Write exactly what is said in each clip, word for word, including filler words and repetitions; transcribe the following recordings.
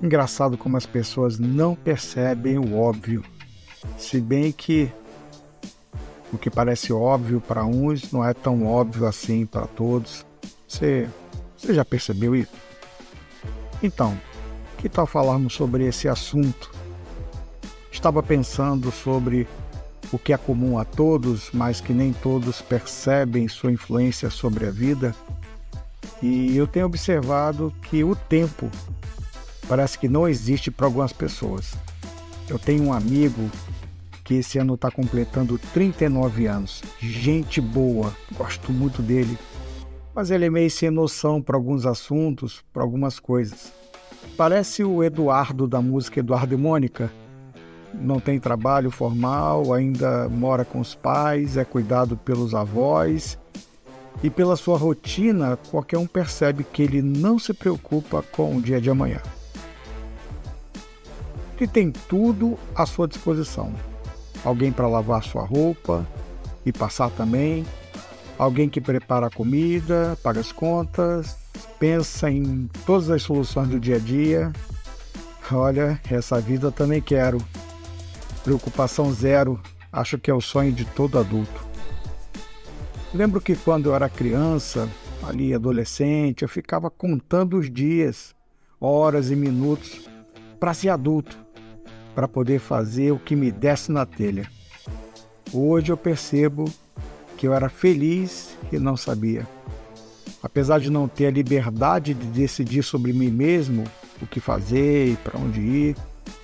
Engraçado como as pessoas não percebem o óbvio, se bem que o que parece óbvio para uns não é tão óbvio assim para todos. Você, você já percebeu isso? Então, que tal falarmos sobre esse assunto? Estava pensando sobre o que é comum a todos, mas que nem todos percebem sua influência sobre a vida. E eu tenho observado que o tempo parece que não existe para algumas pessoas. Eu tenho um amigo que esse ano está completando trinta e nove anos. Gente boa, gosto muito dele. Mas ele é meio sem noção para alguns assuntos, para algumas coisas. Parece o Eduardo da música Eduardo e Mônica. Não tem trabalho formal, ainda mora com os pais, é cuidado pelos avós. E pela sua rotina, qualquer um percebe que ele não se preocupa com o dia de amanhã. Ele tem tudo à sua disposição. Alguém para lavar sua roupa e passar também. Alguém que prepara a comida, paga as contas, pensa em todas as soluções do dia a dia. Olha, essa vida eu também quero. Preocupação zero, acho que é o sonho de todo adulto. Lembro que quando eu era criança, ali adolescente, eu ficava contando os dias, horas e minutos para ser adulto, para poder fazer o que me desse na telha. Hoje eu percebo que eu era feliz e não sabia. Apesar de não ter a liberdade de decidir sobre mim mesmo, o que fazer e para onde ir,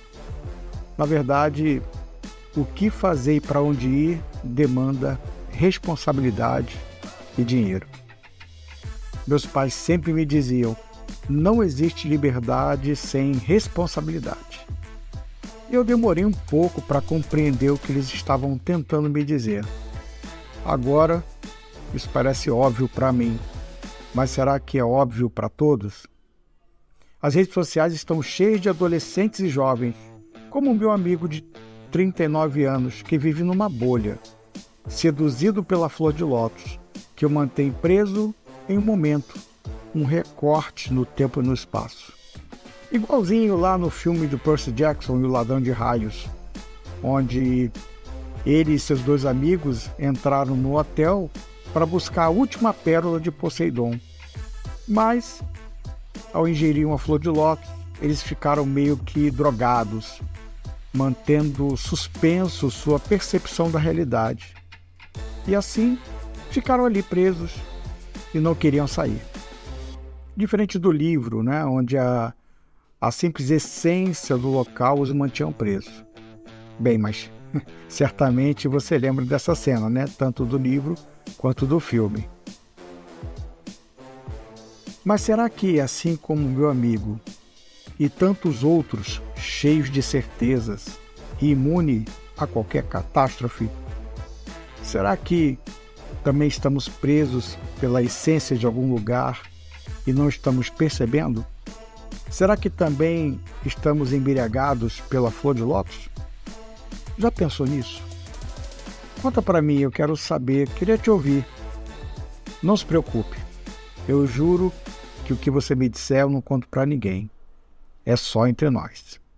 na verdade, o que fazer e para onde ir demanda responsabilidade e dinheiro. Meus pais sempre me diziam: não existe liberdade sem responsabilidade. Eu demorei um pouco para compreender o que eles estavam tentando me dizer. Agora, isso parece óbvio para mim, mas será que é óbvio para todos? As redes sociais estão cheias de adolescentes e jovens, como o meu amigo de trinta e nove anos, que vive numa bolha, seduzido pela flor de lótus, que o mantém preso em um momento, um recorte no tempo e no espaço. Igualzinho lá no filme do Percy Jackson e o Ladrão de Raios, onde ele e seus dois amigos entraram no hotel para buscar a última pérola de Poseidon. Mas, ao ingerir uma flor de lótus, eles ficaram meio que drogados, mantendo suspenso sua percepção da realidade. E assim, ficaram ali presos e não queriam sair. Diferente do livro, né, onde a, a simples essência do local os mantinham presos. Bem, mas certamente você lembra dessa cena, né, tanto do livro quanto do filme. Mas será que, assim como meu amigo e tantos outros cheios de certezas e imune a qualquer catástrofe, será que também estamos presos pela essência de algum lugar e não estamos percebendo? Será que também estamos embriagados pela flor de lótus? Já pensou nisso? Conta para mim, eu quero saber, queria te ouvir. Não se preocupe, eu juro que o que você me disser eu não conto para ninguém. É só entre nós.